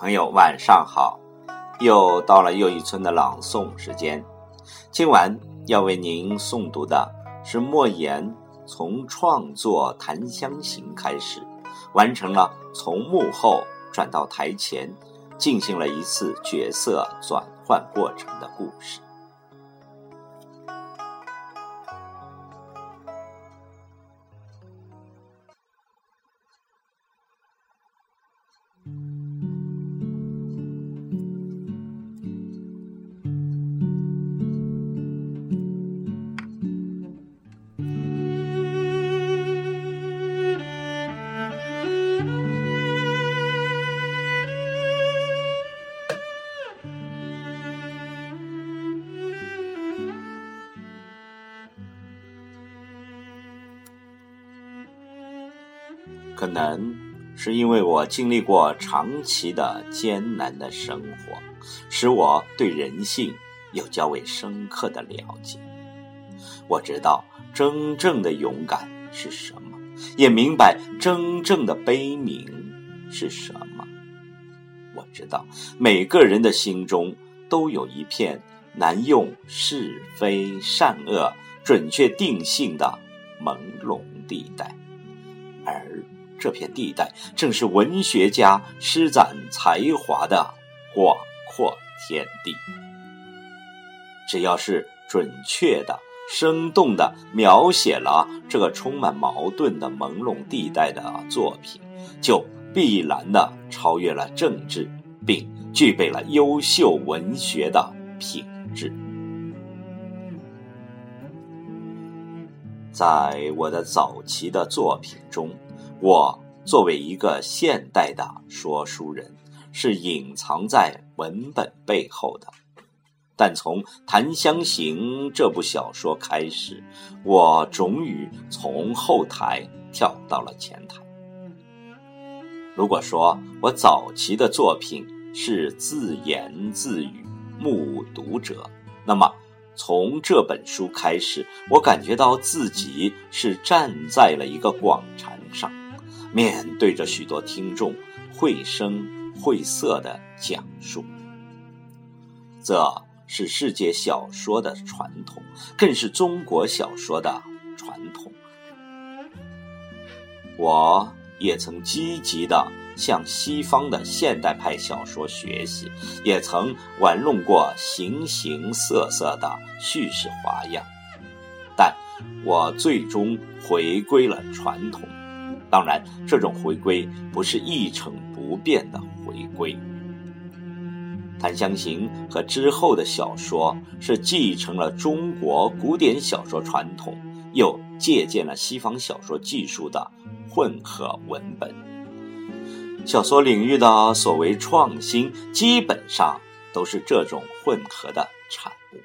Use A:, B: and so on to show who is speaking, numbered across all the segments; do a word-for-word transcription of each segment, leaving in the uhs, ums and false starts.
A: 朋友晚上好，又到了又一村的朗诵时间。今晚要为您诵读的是莫言从创作《檀香刑》开始，完成了从幕后转到台前，进行了一次角色转换过程的故事。可能是因为我经历过长期的艰难的生活，使我对人性有较为深刻的了解。我知道真正的勇敢是什么，也明白真正的悲悯是什么。我知道每个人的心中都有一片难用是非善恶准确定性的朦胧地带，而这片地带正是文学家施展才华的广阔天地。只要是准确的、生动的描写了这个充满矛盾的朦胧地带的作品，就必然地超越了政治，并具备了优秀文学的品质。在我的早期的作品中，我作为一个现代的说书人，是隐藏在文本背后的。但从《檀香刑》这部小说开始，我终于从后台跳到了前台。如果说我早期的作品是自言自语，目无读者，那么从这本书开始，我感觉到自己是站在了一个广场上，面对着许多听众，绘声绘色地讲述。这是世界小说的传统，更是中国小说的传统。我也曾积极地向西方的现代派小说学习，也曾玩弄过形形色色的叙事花样，但我最终回归了传统。当然，这种回归不是一成不变的回归。《檀香刑》和之后的小说是继承了中国古典小说传统，又借鉴了西方小说技术的混合文本。小说领域的所谓创新，基本上都是这种混合的产物。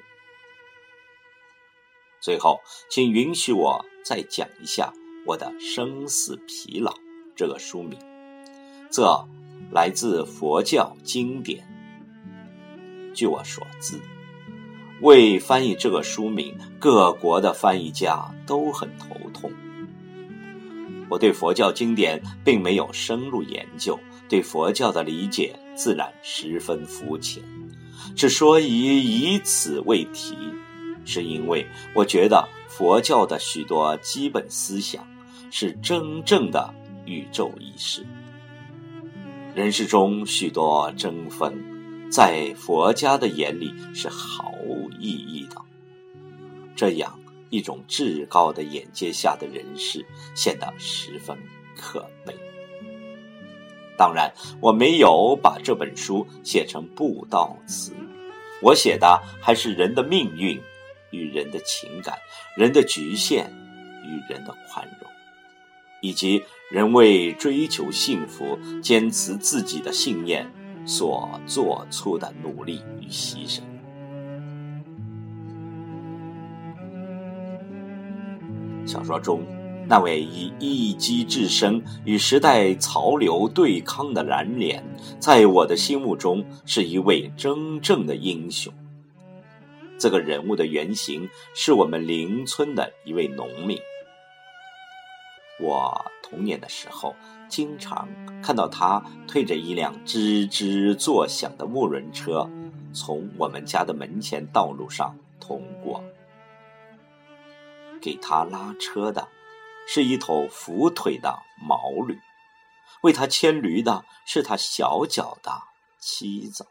A: 最后，请允许我再讲一下我的《生死疲劳》这个书名，这来自佛教经典。据我所知，为翻译这个书名，各国的翻译家都很头痛。我对佛教经典并没有深入研究，对佛教的理解自然十分肤浅。之所以以此为题，是因为我觉得佛教的许多基本思想是真正的宇宙意识。人世中许多争锋，在佛家的眼里是毫无意义的。这样一种至高的眼界下的人世，显得十分可悲。当然，我没有把这本书写成布道词，我写的还是人的命运与人的情感，人的局限与人的宽容，以及人为追求幸福、坚持自己的信念所做出的努力与牺牲。小说中那位以一己之身与时代潮流对抗的蓝莲，在我的心目中是一位真正的英雄。这个人物的原型是我们邻村的一位农民。 我童年的时候，经常看到他推着一辆吱吱作响的木轮车从我们家的门前道路上通过。给他拉车的是一头扶腿的毛驴，为他牵驴的是他小脚的妻子。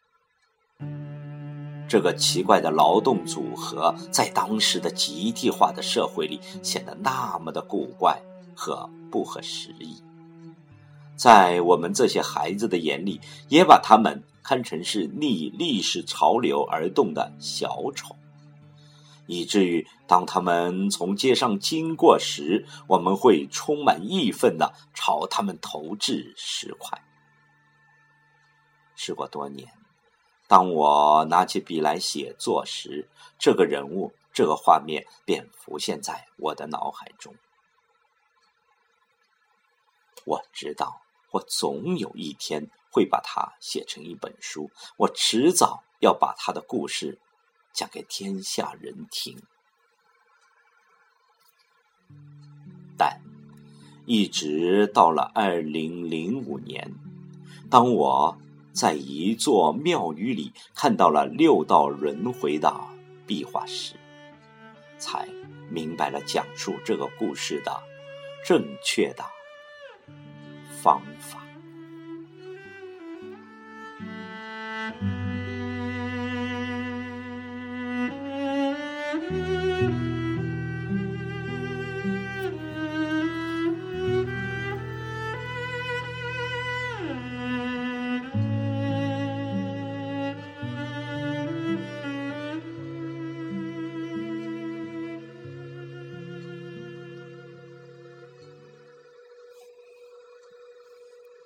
A: 这个奇怪的劳动组合在当时的集体化的社会里显得那么的古怪和不合时宜，在我们这些孩子的眼里，也把他们看成是逆历史潮流而动的小丑，以至于当他们从街上经过时，我们会充满义愤地朝他们投掷石块。时过多年，当我拿起笔来写作时，这个人物，这个画面便浮现在我的脑海中。我知道我总有一天会把它写成一本书，我迟早要把他的故事讲给天下人听。但一直到了二零零五年，当我在一座庙宇里看到了六道轮回的壁画时，才明白了讲述这个故事的正确的方法。